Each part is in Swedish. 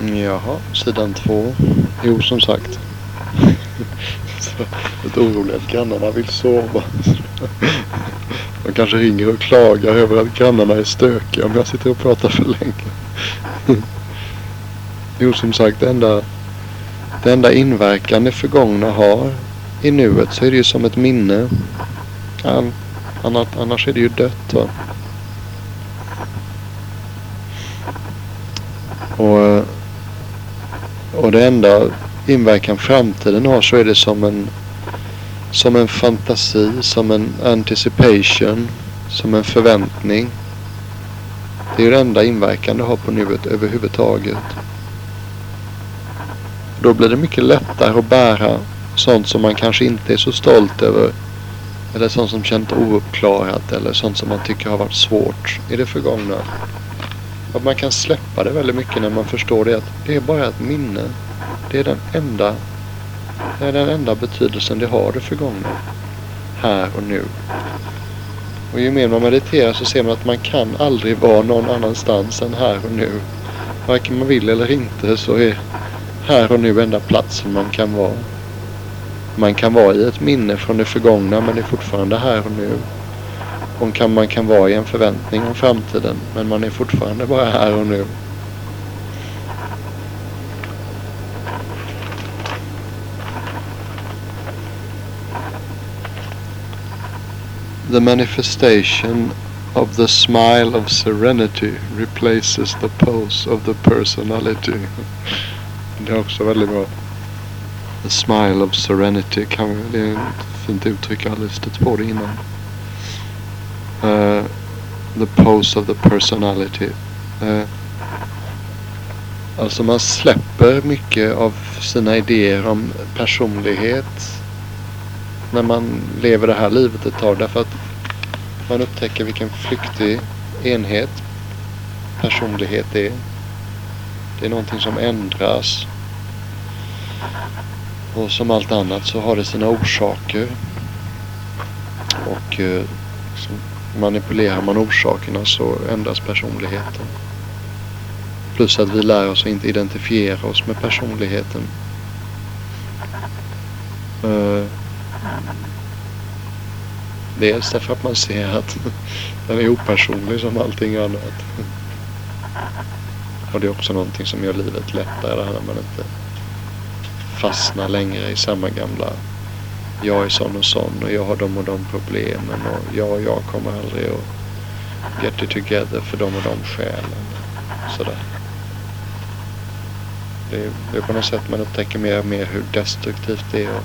Jaha, sidan 2. Jo, som sagt. Så, ett oroligt att grannarna vill sova. De kanske ringer och klagar över att grannarna är stökiga om jag sitter och pratar för länge. Jo, som sagt, det enda inverkan det förgångna har i nuet, så är det ju som ett minne. Annars är det ju dött, va? Och det enda inverkan framtiden har, så är det som en fantasi, som en anticipation, som en förväntning. Det är ju det enda inverkan det har på nuet överhuvudtaget. Då blir det mycket lättare att bära sånt som man kanske inte är så stolt över, eller sånt som känns ouppklarat, eller sånt som man tycker har varit svårt i det förgångna. Att man kan släppa det väldigt mycket när man förstår det, att det är bara ett minne. Det är den enda betydelsen det har, det förgångna. Här och nu. Och ju mer man mediterar så ser man att man kan aldrig vara någon annanstans än här och nu. Varken man vill eller inte, så är här och nu enda platsen man kan vara. Man kan vara i ett minne från det förgångna, men det är fortfarande här och nu. Och man kan vara i en förväntning om framtiden, men man är fortfarande bara här och nu. The manifestation of the smile of serenity replaces the pose of the personality. Det är också väldigt bra. The smile of serenity, det är ett fint uttryck, jag har aldrig stött på det innan. The pose of the personality. Alltså man släpper mycket av sina idéer om personlighet när man lever det här livet ett tag, därför att man upptäcker vilken flyktig enhet personlighet är. Det är någonting som ändras, och som allt annat så har det sina orsaker, och manipulerar man orsakerna så ändras personligheten. Plus att vi lär oss att inte identifiera oss med personligheten. Dels därför att man ser att den är opersonlig som allting annat. Och det är också någonting som gör livet lättare, när man inte fastnar längre i samma gamla jag är sån och sån, och jag har de och de problemen, och jag kommer aldrig att get it together för de och de skälen. Sådär. Det är på något sätt man upptäcker mer och mer hur destruktivt det är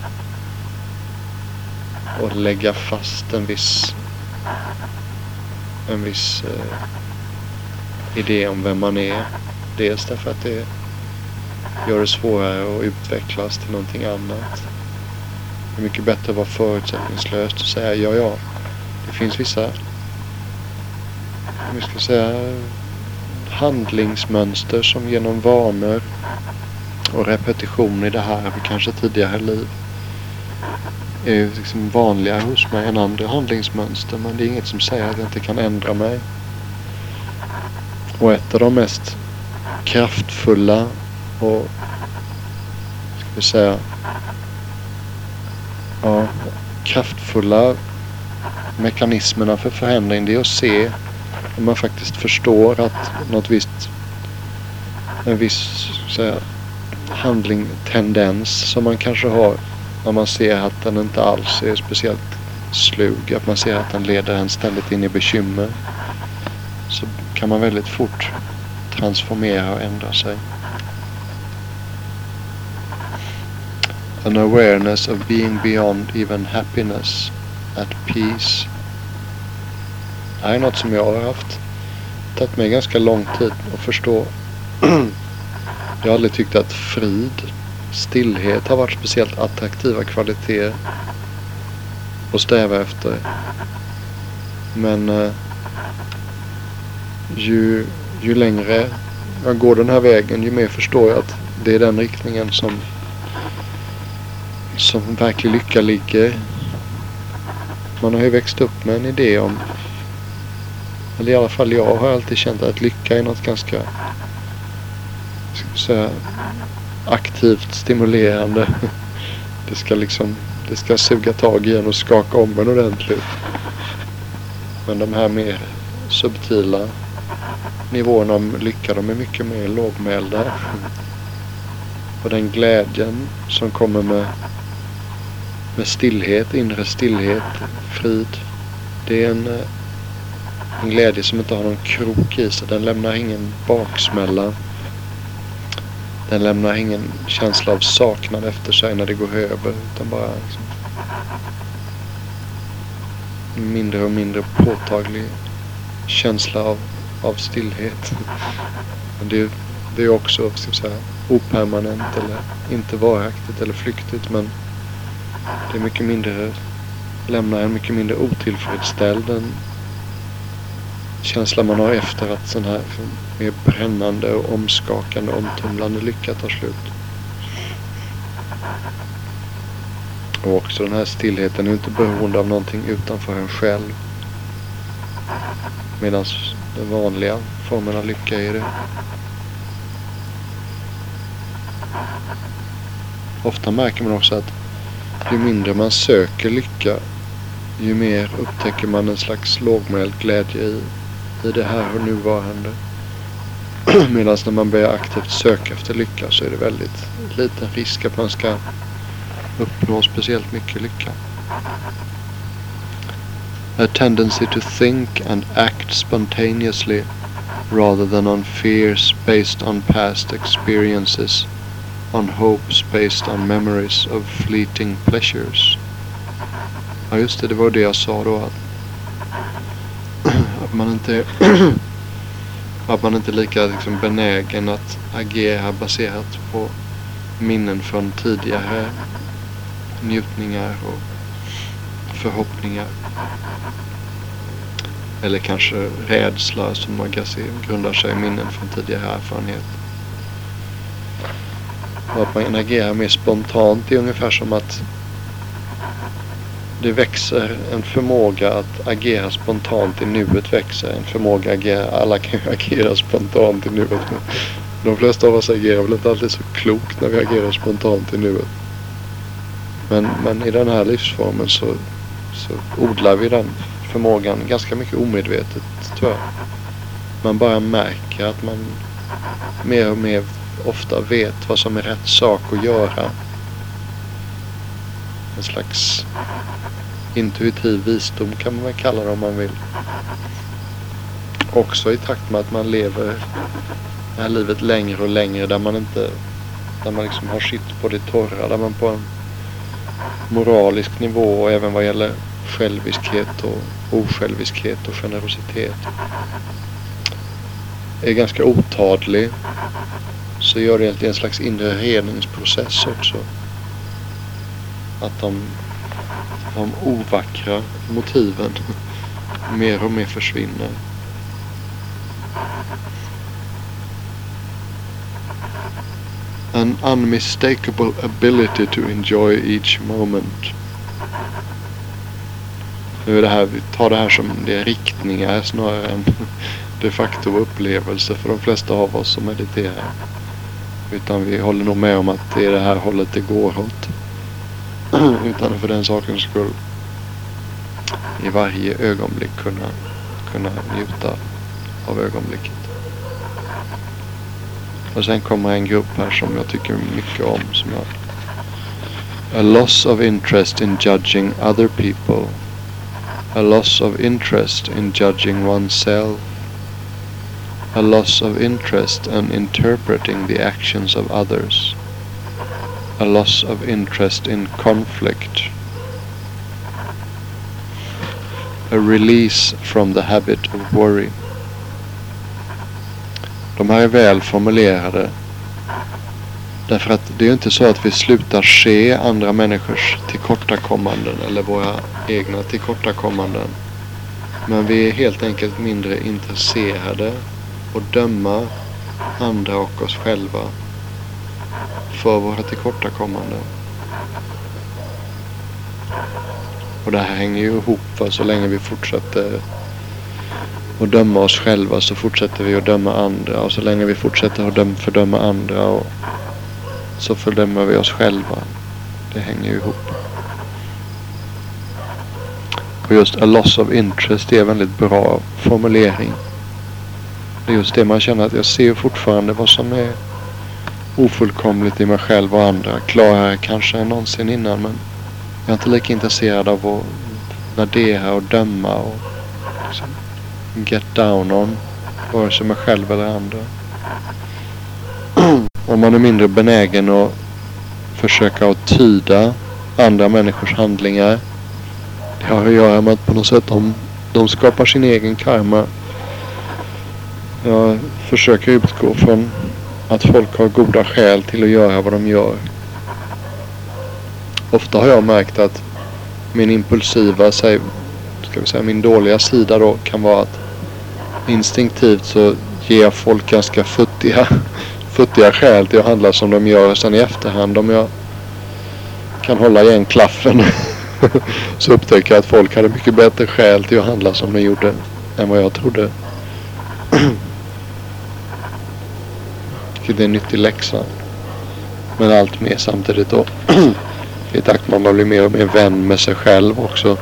att lägga fast en viss idé om vem man är. Dels därför att det gör det svårare att utvecklas till någonting annat. Det är mycket bättre att vara förutsättningslöst och säga ja. Det finns vissa, vi ska säga, handlingsmönster som genom vanor och repetition i det här, kanske tidigare liv, är liksom vanligare hos mig än andra handlingsmönster, men det är inget som säger att jag inte kan ändra mig. Och ett av de mest kraftfulla och, ska vi säga, kraftfulla mekanismerna för förändring, det är att se om man faktiskt förstår att en viss handling, tendens som man kanske har, när man ser att den inte alls är speciellt slug, att man ser att den leder en ständigt in i bekymmer, så kan man väldigt fort transformera och ändra sig. An awareness of being beyond even happiness, at peace. Det här är något som jag har haft tagit mig ganska lång tid att förstå. Jag har aldrig tyckt att frid, stillhet har varit speciellt attraktiva kvaliteter att sträva efter. Men ju längre jag går den här vägen, ju mer förstår jag att det är den riktningen som verklig lycka ligger. Man har ju växt upp med en idé om, eller i alla fall jag har alltid känt att lycka är något ganska så aktivt stimulerande. Det ska suga tag i en och skaka om en ordentligt. Men de här mer subtila nivåerna av lycka, de är mycket mer lågmälda. Och den glädjen som kommer med stillhet, inre stillhet, frid. Det är en glädje som inte har någon krok i sig. Den lämnar ingen baksmälla. Den lämnar ingen känsla av saknad efter sig när det går över. Utan bara liksom mindre och mindre påtaglig känsla av stillhet. Men det är också, ska jag säga, opermanent eller inte varaktigt eller flyktigt, men det är mycket mindre, lämnar en mycket mindre otillfredsställd än känslan man har efter att sån här mer brännande och omskakande, omtumlande lycka tar slut. Och också den här stillheten är inte beroende av någonting utanför en själv. Medan den vanliga formen av lycka är det. Ofta märker man också att ju mindre man söker lycka, ju mer upptäcker man en slags lågmäld glädje i det här och nuvarande. Medan när man börjar aktivt söka efter lycka så är det väldigt liten risk att man ska uppnå speciellt mycket lycka. A tendency to think and act spontaneously rather than on fears based on past experiences, on hopes based on memories of fleeting pleasures. Ja, just det var det jag sa då, att man inte att man inte är lika liksom benägen att agera baserat på minnen från tidigare njutningar och förhoppningar. Eller kanske rädsla som man kan se grundar sig i minnen från tidigare erfarenhet. Och att man agerar mer spontant är ungefär som att det växer en förmåga att agera spontant i nuet växer. En förmåga att agera, alla kan ju agera spontant i nuet. De flesta av oss agerar väl inte alltid så klokt när vi agerar spontant i nuet. Men i den här livsformen så odlar vi den förmågan ganska mycket omedvetet, tror jag. Man bara märker att man mer och mer ofta vet vad som är rätt sak att göra. En slags intuitiv visdom kan man väl kalla det om man vill. Också i takt med att man lever det här livet längre och längre där man liksom har sitt på det torra, där man på en moralisk nivå och även vad gäller själviskhet och osjälviskhet och generositet är ganska otadlig, så gör det en slags inre reningsprocess också. Att de ovackra motiven mer och mer försvinner. An unmistakable ability to enjoy each moment. Nu är det här, vi tar det här som det är riktningar snarare än de facto upplevelse för de flesta av oss som mediterar. Utan vi håller nog med om att det är det här hållet det går åt. Utan för den sakens skull i varje ögonblick kunna njuta av ögonblicket. Och sen kommer en grupp här som jag tycker mycket om, a loss of interest in judging other people, a loss of interest in judging oneself, a loss of interest in interpreting the actions of others, a loss of interest in conflict, a release from the habit of worry. De här är väl formulerade. Därför att det är ju inte så att vi slutar se andra människors tillkortakommanden eller våra egna tillkortakommanden. Men vi är helt enkelt mindre intresserade att döma andra och oss själva för våra tillkortakommanden. Och det här hänger ju ihop så länge vi fortsätter och döma oss själva så fortsätter vi att döma andra. Och så länge vi fortsätter att fördöma andra och så fördömer vi oss själva. Det hänger ju ihop. Och just a loss of interest är en väldigt bra formulering. Det är just det man känner, att jag ser fortfarande vad som är ofullkomligt i mig själv och andra. Klarare kanske än någonsin innan, men jag är inte lika intresserad av att värdera och döma och liksom get down on vare sig mig själv eller andra. Om man är mindre benägen att försöka att tyda andra människors handlingar. Det har att göra med att på något sätt de skapar sin egen karma. Jag försöker utgå från att folk har goda skäl till att göra vad de gör. Ofta har jag märkt att min impulsiva, min dåliga sida då kan vara att instinktivt så ger jag folk ganska futtiga skäl till att handla som de gör. Sen i efterhand, om jag kan hålla igen klaffen så upptäcker jag att folk hade mycket bättre skäl till att handla som de gjorde än vad jag trodde. Det är en nyttig läxa. Men allt mer samtidigt då. I takt med att man blir mer och mer vän med sig själv också.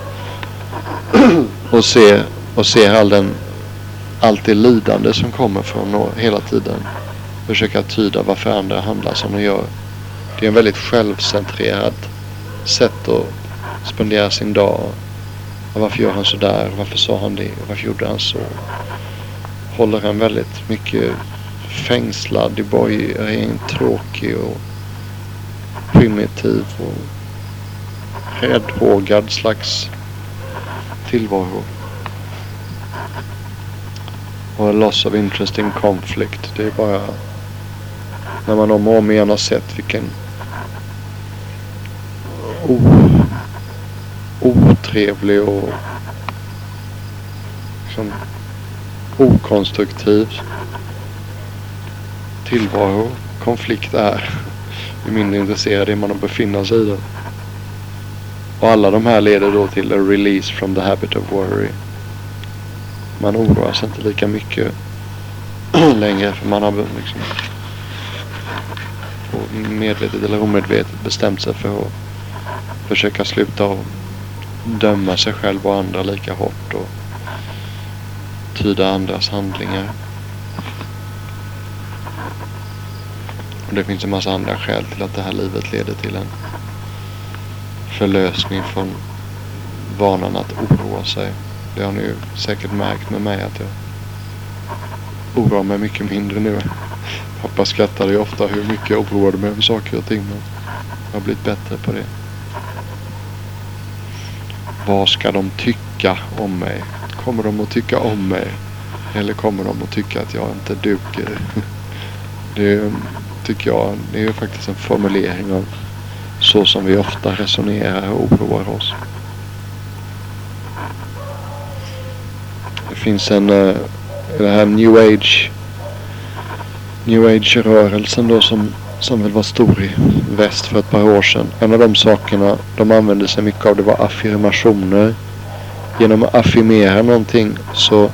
och ser allt det lidande som kommer från och hela tiden försöka tyda varför andra handlar som de gör. Det är en väldigt självcentrerad sätt att spendera sin dag. Och varför gör han så där? Varför sa han det? Varför gjorde han så? Håller han väldigt mycket fängslad i bojor, är en tråkig och primitiv och räddhågad slags tillvaro. Och loss of interest in conflict. Det är bara när man om och om igen har sett vilken otrevlig och liksom okonstruktiv tillvaro konflikt är, ju mindre intresserad är man att befinna sig i det. Och alla de här leder då till a release from the habit of worry. Man oroar sig inte lika mycket längre, för man har liksom medvetet eller omedvetet bestämt sig för att försöka sluta och döma sig själv och andra lika hårt och tyda andras handlingar. Och det finns en massa andra skäl till att det här livet leder till en förlösning från vanan att oroa sig. Det har ni ju säkert märkt med mig, att jag oroar mig mycket mindre nu. Pappa skrattade ju ofta hur mycket jag oroade mig över saker och ting, men jag har blivit bättre på det. Vad ska de tycka om mig? Kommer de att tycka om mig? Eller kommer de att tycka att jag inte duger? Det tycker jag, det är ju faktiskt en formulering av så som vi ofta resonerar och oroar oss. Det finns det här New Age-rörelsen då som väl var stor i väst för ett par år sedan. En av de sakerna de använde sig mycket av, det var affirmationer. Genom att affirmera någonting så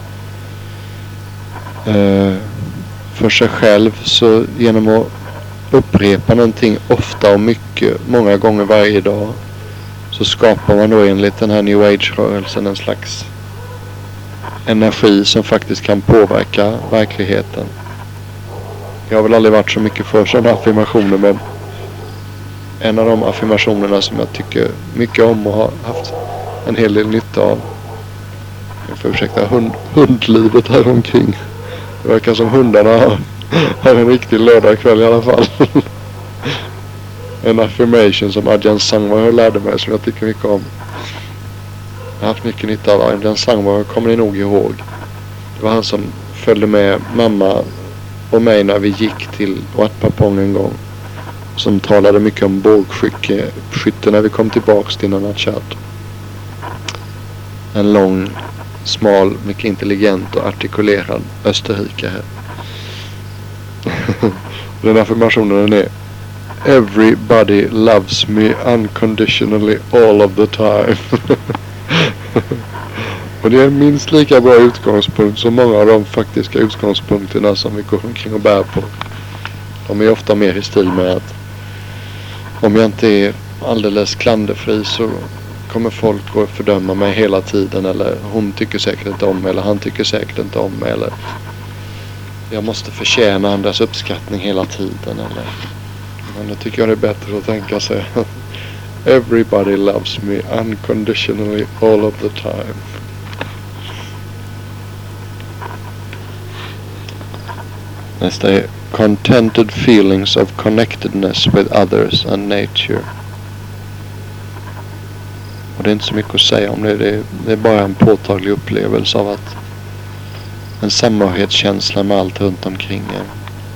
för sig själv, så genom att upprepa någonting ofta och mycket, många gånger varje dag, så skapar man då enligt den här New Age-rörelsen en slags energi som faktiskt kan påverka verkligheten. Jag har väl aldrig varit så mycket för sådana affirmationer, men en av de affirmationerna som jag tycker mycket om och har haft en hel del nytta av. Jag får ursäkta hundlivet här omkring. Det verkar som hundarna har en riktig lördagkväll i alla fall. En affirmation som Ajahn Sangwar lärde mig, som jag tycker mycket om. Jag har haft mycket nytta av Ajahn Sangwar, kommer ni nog ihåg. Det var han som följde med mamma och mig när vi gick till Wat Pah Pong en gång. Som talade mycket om bågskytte när vi kom tillbaks till Nanachat. En lång, smal, mycket intelligent och artikulerad österrikare. Den affirmationen är: Everybody loves me unconditionally all of the time. Och det är en minst lika bra utgångspunkt som många av de faktiska utgångspunkterna som vi går omkring och bär på. De är ofta mer i stil med att om jag inte är alldeles klanderfri så kommer folk att fördöma mig hela tiden, eller hon tycker säkert inte om mig, eller han tycker säkert inte om mig, eller jag måste förtjäna andras uppskattning hela tiden, eller men jag tycker jag det är bättre att tänka sig everybody loves me unconditionally all of the time. Nästa är contented feelings of connectedness with others and nature. Och det är inte så mycket att säga om det. Det är bara en påtaglig upplevelse av att en samhörighetskänsla med allt runt omkring en.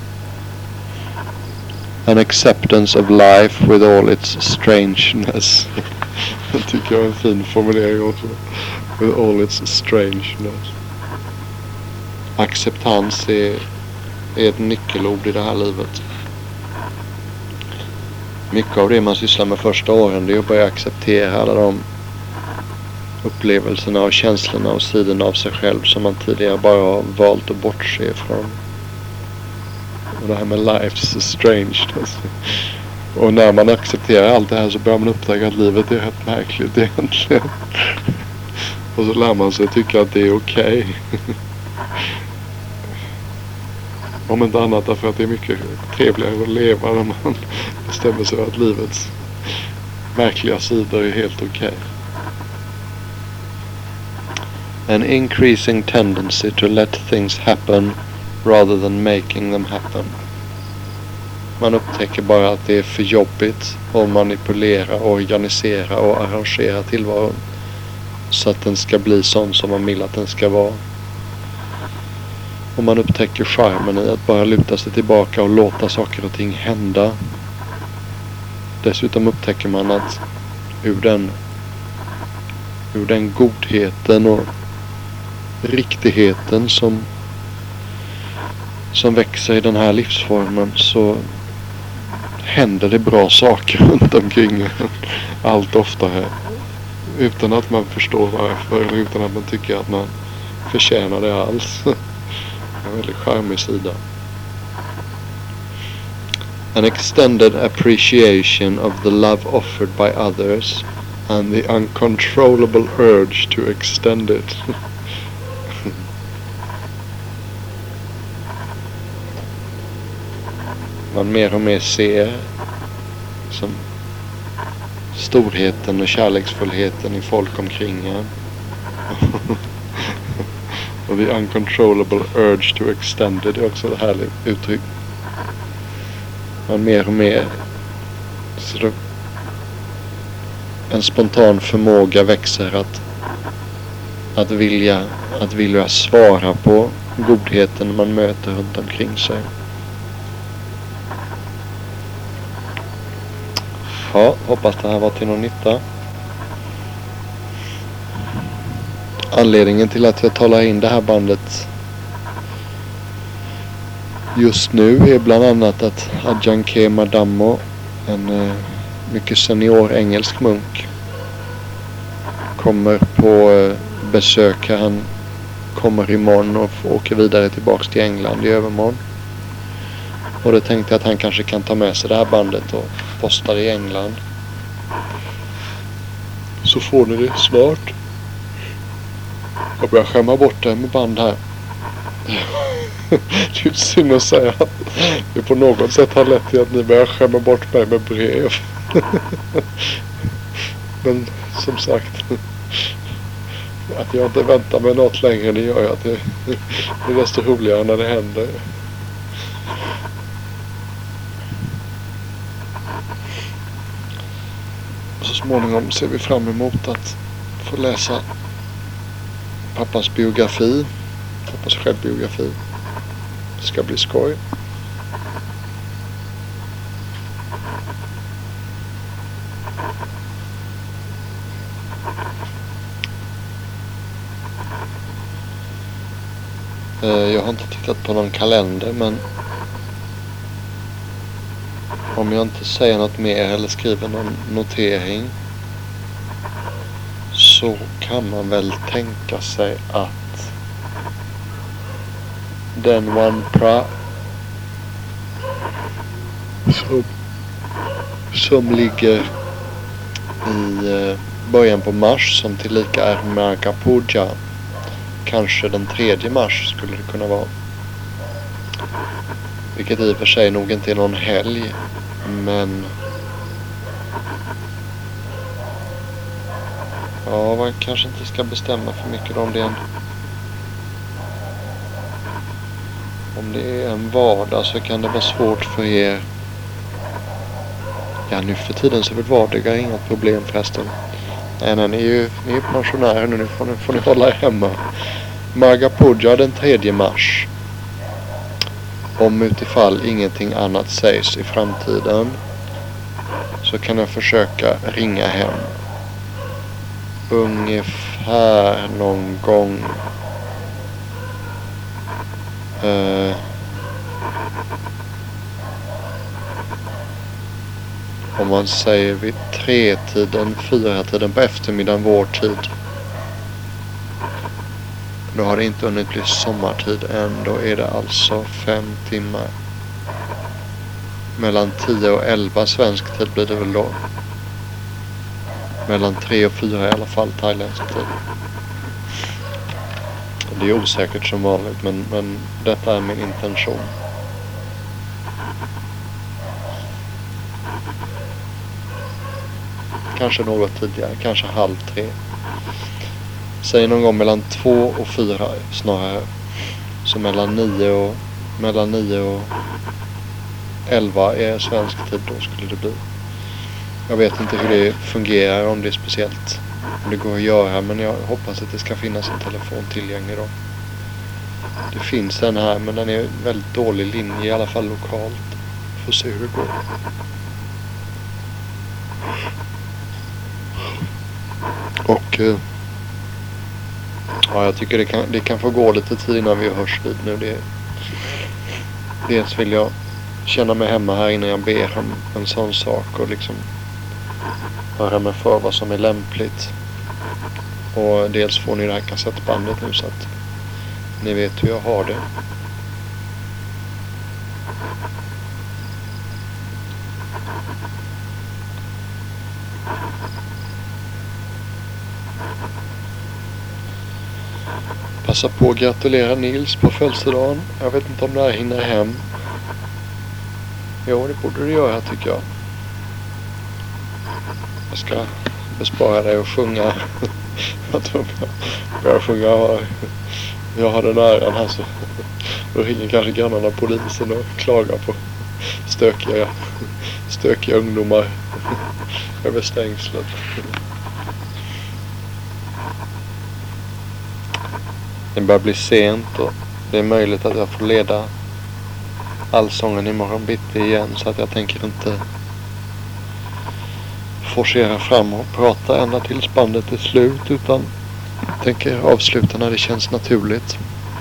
An acceptance of life with all its strangeness. Det tycker jag är en fin formulering också. With all its strangeness. Acceptans är ett nyckelord i det här livet. Mycket av det man sysslar med första åren, det är att börja acceptera alla de upplevelserna och känslorna och sidorna av sig själv som man tidigare bara har valt att bortse ifrån. Och det här med life's strangeness. Och när man accepterar allt det här så börjar man upptäcka att livet är rätt märkligt egentligen. Och så lär man sig tycka att det är okej. Om inte annat därför att det är mycket trevligare att leva när man bestämmer sig för att livets märkliga sidor är helt okej. An increasing tendency to let things happen rather than making them happen. Man upptäcker bara att det är för jobbigt att manipulera, organisera och arrangera tillvaron så att den ska bli sån som man vill att den ska vara. Och man upptäcker charmen i att bara luta sig tillbaka och låta saker och ting hända. Dessutom upptäcker man att ur den godheten och riktigheten som växer i den här livsformen så händer det bra saker runt omkring allt oftare. Utan att man förstår varför eller utan att man tycker att man förtjänar det alls. En väldigt charmig sida. An extended appreciation of the love offered by others and the uncontrollable urge to extend it. Man mer och mer ser som storheten och kärleksfullheten i folk omkring en. Och the uncontrollable urge to extend it är också ett härligt uttryck. Man mer och mer så en spontan förmåga växer att vilja svara på godheten man möter runt omkring sig. Ja, hoppas det här var till någon nytta. Anledningen till att jag talar in det här bandet just nu är bland annat att Ajahn Khema Dammo, en mycket senior engelsk munk, kommer på besök här. Han kommer imorgon och åker vidare tillbaks till England i övermorgon. Och det tänkte jag att han kanske kan ta med sig det här bandet och posta det i England. Så får ni det snart. Jag börjar skämma bort det med band här. Det är synd att säga att det på något sätt har lett till att ni börjar skämma bort mig med brev. Men som sagt, att jag inte väntar med något längre, det gör jag att det är desto roligare när det händer. Och så småningom ser vi fram emot att få läsa pappas biografi, pappas självbiografi. Det ska bli skoj. Jag har inte tittat på någon kalender, men om jag inte säger något mer eller skriver någon notering så kan man väl tänka sig att den Wanpra som ligger i början på mars, som tillika är Marga Puja, kanske den 3 mars skulle det kunna vara. Vilket i och för sig nog inte är någon helg, men ja, man kanske inte ska bestämma för mycket om det om det är en vardag, så kan det vara svårt för er. Ja, nu för tiden så är väl vardagar inget problem förresten. Nej, ni är ju pensionärer nu får ni hålla er hemma. Marga Puja den 3 mars. Om utifall ingenting annat sägs i framtiden, så kan jag försöka ringa hem ungefär någon gång om man säger vid 3-tiden, 4-tiden på eftermiddagen vår tid. Då har det inte hunnit bli sommartid än. Då är det alltså 5 timmar. Mellan 10 och 11 svensk tid blir det väl då. Mellan 3 och 4 i alla fall thailändsk tid. Det är osäkert som vanligt, men detta är min intention. Kanske något tidigare, kanske 2:30. Säg någon gång mellan 2 och 4 snarare. Så mellan 9 och 11 är svensk tid då skulle det bli. Jag vet inte hur det fungerar, om det är speciellt, om det går att göra, men jag hoppas att det ska finnas en telefon tillgänglig då. Det finns en här, men den är väldigt dålig linje, i alla fall lokalt. Får se hur det går. Och ja, jag tycker det kan få gå lite tid innan vi hörs vid nu. Dels vill jag känna mig hemma här innan jag ber om en sån sak, och liksom höra mig för vad som är lämpligt. Och dels får ni det här kassettbandet nu, så att ni vet hur jag har det. Passa på att gratulera Nils på födelsedagen. Jag vet inte om det här hinner hem. Jo, det borde du göra tycker jag. Jag ska bespara dig att sjunga. Jag tror jag börjar sjunga. Jag har den äran här, så då ringer kanske grannarna polisen och klagar på stökiga ungdomar över stängslet. Det börjar bli sent och det är möjligt att jag får leda allsången imorgon bitti igen, så att jag tänker inte forcera fram och prata ända tills bandet är slut, utan tänker avsluta när det känns naturligt.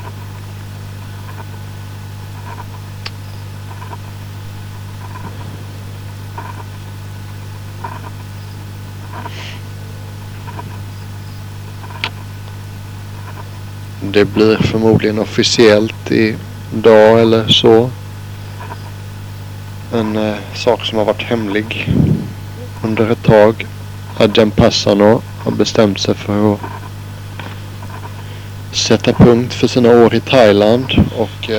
Det blir förmodligen officiellt idag eller så. En sak som har varit hemlig under ett tag. Ajahn Pasanno har bestämt sig för att sätta punkt för sina år i Thailand och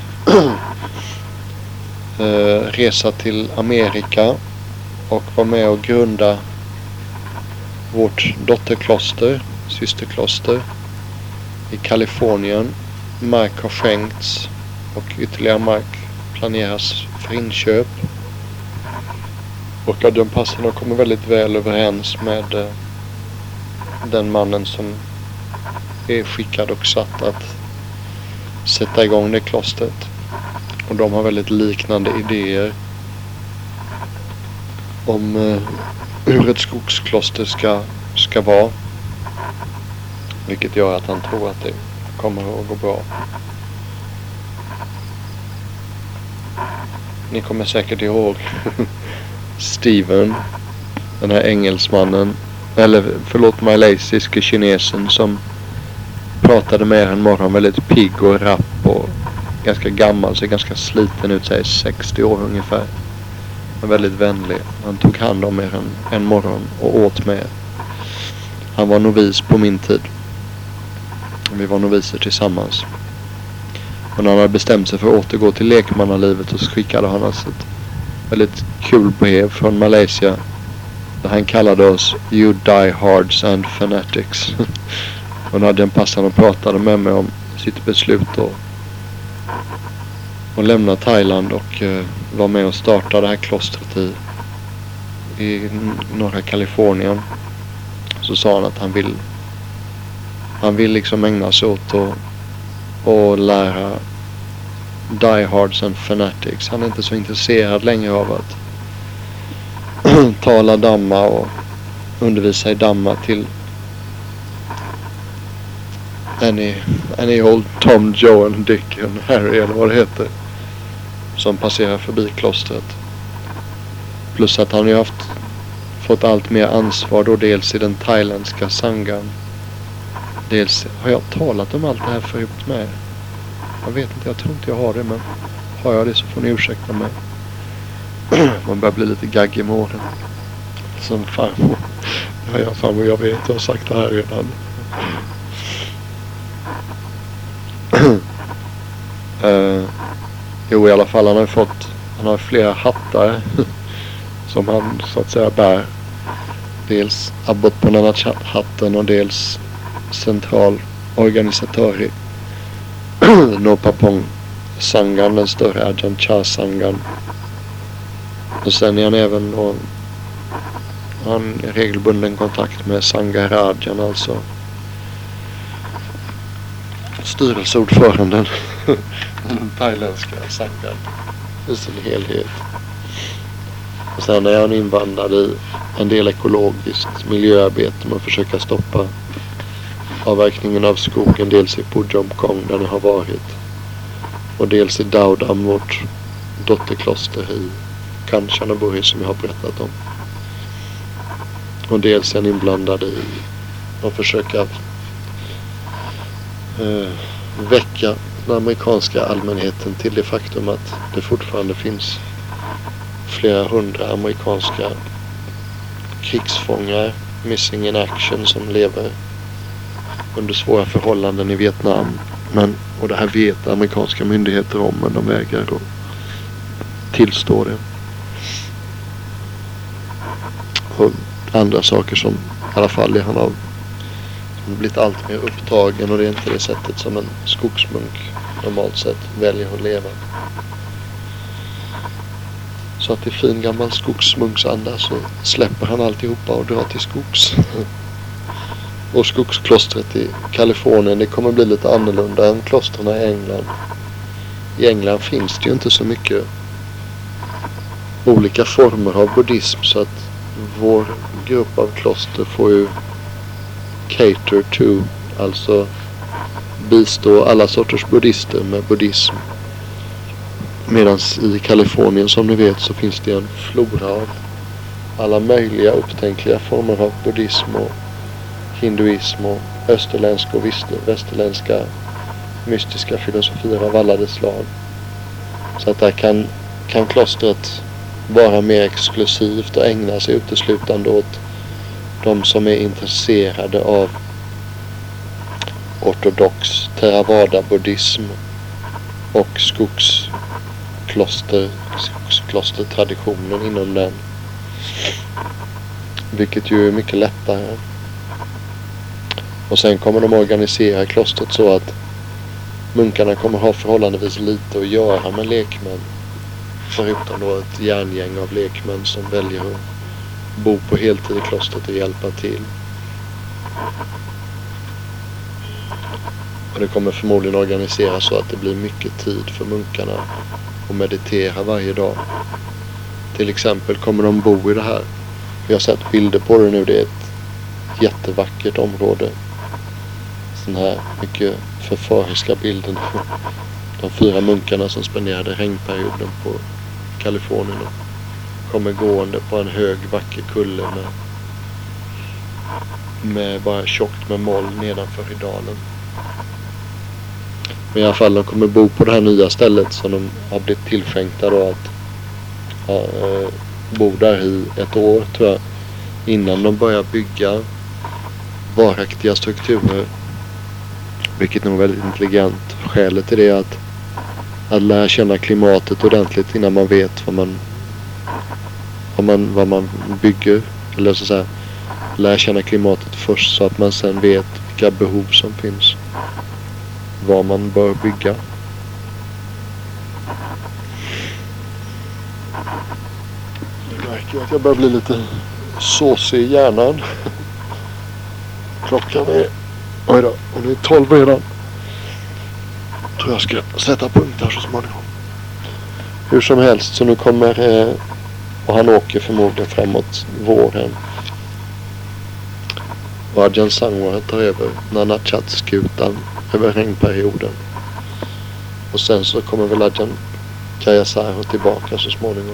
resa till Amerika och vara med och grunda vårt systerkloster i Kalifornien. Mark har skänkts och ytterligare mark planeras för inköp. Och Ajahn Pasanno kommer väldigt väl överens med den mannen som är skickad och satt att sätta igång det klostret. Och de har väldigt liknande idéer om hur ett skogskloster ska vara. Vilket gör att han tror att det kommer att gå bra. Ni kommer säkert ihåg Steven, den här engelsmannen eller förlåt, malaysiske kinesen som pratade med en morgon, väldigt pigg och rapp och ganska gammal, så ganska sliten ut, sig 60 år ungefär. Men väldigt vänlig. Han tog hand om er en morgon och åt med. Han var novis på min tid. Vi var noviser tillsammans. Och när han hade bestämt sig för att återgå till lekmannalivet, så skickade han oss ett väldigt kul brev från Malaysia. Där han kallade oss You Diehards and Fanatics. Och när den passade och pratade med mig om sitt beslut och lämna Thailand och var med och starta det här klostret i norra Kalifornien. Så sa han att han vill liksom ägna sig åt och lära diehards and fanatics. Han är inte så intresserad längre av att tala Dhamma och undervisa i Dhamma till any old Tom, Joe and Dick and Harry eller vad det heter, som passerar förbi klostret. Plus att han ju fått allt mer ansvar då, dels i den thailändska sangan. Dels har jag talat om allt det här förut med. Jag vet inte, jag tror inte jag har det, men har jag det så får ni ursäkta mig. Man börjar bli lite gaggig med åren. Som farmor. Ja, farmor, jag vet, jag har sagt det här redan. Jo, i alla fall, han har flera hattar som han så att säga bär. Dels Abbot Ponanat-hatten och dels central organisatör i Nopapong Sangan, den större Ajahn Chah Sangan. Och sen är han även han regelbunden kontakt med Sangarajan, alltså styrelseordföranden den thailändska sangan i sin helhet. Och sen är han invandrad i en del ekologiskt miljöarbete med att försöka stoppa avverkningen av skogen, dels i Pujomkong där det har varit, och dels i Daudam, vårt dotterkloster i Kanchanaburi som jag har berättat om. Och dels är han inblandad i att försöka väcka den amerikanska allmänheten till det faktum att det fortfarande finns flera hundra amerikanska krigsfångar, missing in action, som lever under svåra förhållanden i Vietnam. Och det här vet amerikanska myndigheter om, men de vägrar att tillstå det. Och andra saker som i alla fall han har blivit allt mer upptagen, och det är inte det sättet som en skogsmunk normalt sett väljer att leva. Så att i fin gammal skogsmunksanda så släpper han alltihopa och drar till skogs. Och skogsklostret i Kalifornien, det kommer bli lite annorlunda än klostren i England. I England finns det ju inte så mycket olika former av buddhism, så att vår grupp av kloster får ju cater to, alltså bistå alla sorters buddhister med buddhism. Medan i Kalifornien, som ni vet, så finns det en flora av alla möjliga upptänkliga former av buddhism och hinduism och österländska och västerländska mystiska filosofier av alla dess slag. Så att där kan klostret vara mer exklusivt och ägna sig uteslutande åt de som är intresserade av ortodox Theravada-buddhism och skogsklostertraditionen inom den. Vilket ju är mycket lättare. Och sen kommer de organisera klostret så att munkarna kommer ha förhållandevis lite att göra med lekmän. Förutom då ett järngäng av lekmän som väljer att bo på heltid i klostret och hjälpa till. Och det kommer förmodligen organiseras så att det blir mycket tid för munkarna att meditera varje dag. Till exempel kommer de bo i det här. Vi har sett bilder på det nu. Det är ett jättevackert område. Sån här mycket förföriska bilden. De 4 munkarna som spenderade regnperioden på Kalifornien och kommer gående på en hög vacker kulle med med bara tjockt med moln nedanför i dalen. Men i alla fall, de kommer bo på det här nya stället som de har blivit tillskänkta då att bo där i ett år tror jag. Innan de börjar bygga varaktiga strukturer. Vilket nog är väldigt intelligent. Skälet till det är att lära känna klimatet ordentligt innan man vet vad man bygger. Eller så att säga, lära känna klimatet först så att man sen vet vilka behov som finns. Vad man bör bygga. Jag märker att jag börjar bli lite såsig i hjärnan. Klockan är... Oj då, hon är 12 redan. Tror jag ska sätta punkt här så småningom. Hur som helst så nu kommer... och han åker förmodligen framåt våren. Och Ajahn Sangwar tar över Nanachat-skutan över regnperioden. Och sen så kommer väl Ajahn Kayasaro tillbaka så småningom.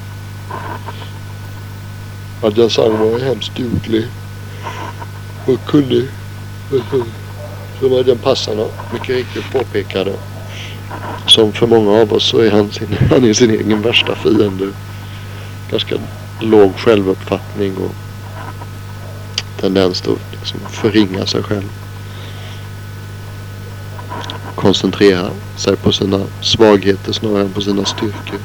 Ajahn Sangwar är hemskt duglig och kunnig. Som Ajahn Passarna mycket riktigt påpekade. Som för många av oss så är han är sin egen värsta fiende. Ganska låg självuppfattning och tendens att liksom förringa sig själv. Koncentrera sig på sina svagheter snarare än på sina styrkor.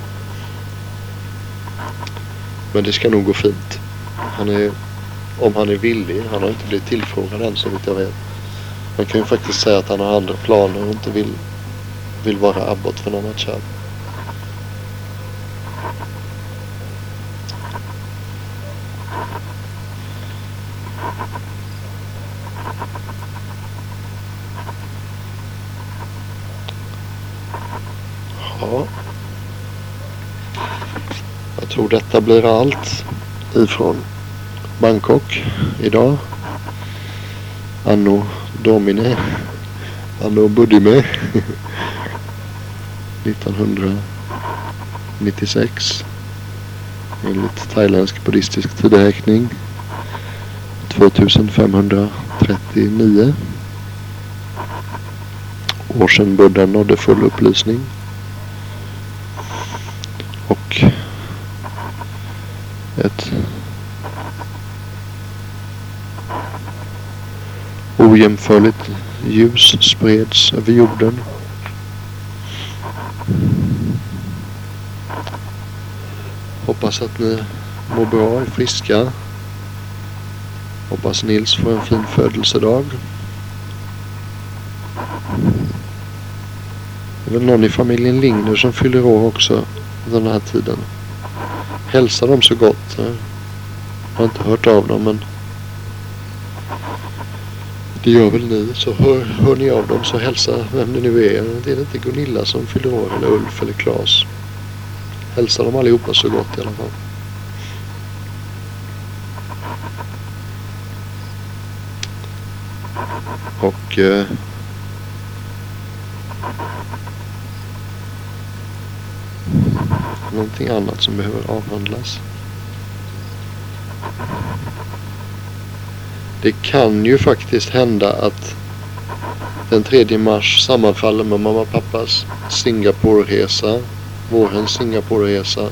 Men det ska nog gå fint. Om han är villig, han har inte blivit tillfrågad än så vitt jag vet. Man kan ju faktiskt säga att han har andra planer och inte vill vara abbot för Nanachat. Ja. Jag tror detta blir allt ifrån Bangkok idag. Anno Domine. Anno Buddhime. 1996. Enligt thailändsk buddhistisk tideräkning. 2539. År sedan Buddha nådde full upplysning. Och ett ojämförligt ljus spreds över jorden. Hoppas att ni mår bra, är friska. Hoppas Nils får en fin födelsedag. Det är väl någon i familjen Lingner som fyller år också den här tiden. Hälsa dem så gott. Jag har inte hört av dem, men det gör väl ni. Så hör ni av dem så hälsa vem det nu är. Det är inte Gunilla som fyller år, eller Ulf eller Claes. Hälsa dem allihopa så gott i alla fall. Och någonting annat som behöver avhandlas. Det kan ju faktiskt hända att den 3 mars sammanfaller med mamma och pappas Singapore-resa. Vårens Singapore-resa.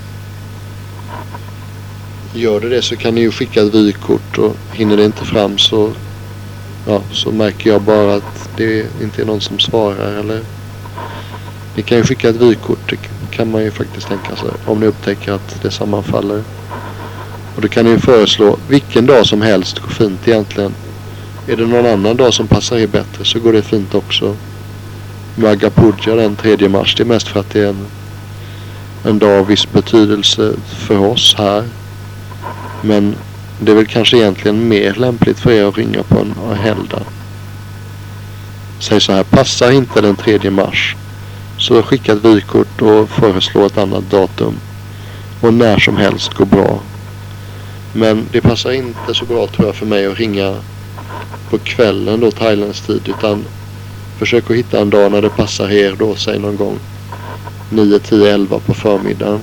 Gör det så kan ni ju skicka ett vykort, och hinner det inte fram så märker jag bara att det inte är någon som svarar, eller ni kan ju skicka ett vykort, det kan man ju faktiskt tänka sig om ni upptäcker att det sammanfaller. Och då kan ni ju föreslå vilken dag som helst går fint egentligen. Är det någon annan dag som passar er bättre så går det fint också. Magga Puja den 3 mars, det är mest för att det är en dag av viss betydelse för oss här. Men det är väl kanske egentligen mer lämpligt för er att ringa på en helgdag. Säg så här, passar inte den 3 mars så skicka ett vykort och föreslå ett annat datum. Och när som helst går bra. Men det passar inte så bra tror jag för mig att ringa på kvällen då, Thailands tid, utan försök att hitta en dag när det passar er då, säg någon gång 9, 10, 11 på förmiddagen.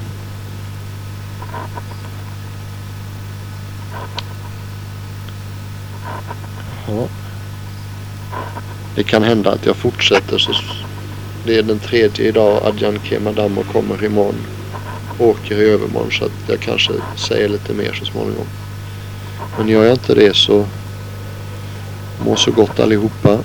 Ja. Det kan hända att jag fortsätter, så det är den 3:e idag. Adjan Kemadamo kommer imorgon. Åker i övermorgon, så att jag kanske säger lite mer så småningom. Men gör jag inte det så må så gott allihopa.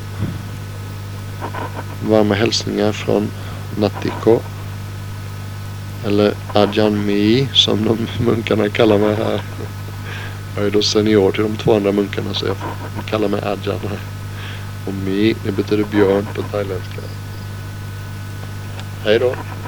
Varma hälsningar från Natiko. Eller Adjan Mi, som de munkarna kallar mig här. Jag är då senior till de 2 andra munkarna, så jag får kalla mig Adjan här. Och Mi, det betyder björn på thailändska. Hej då.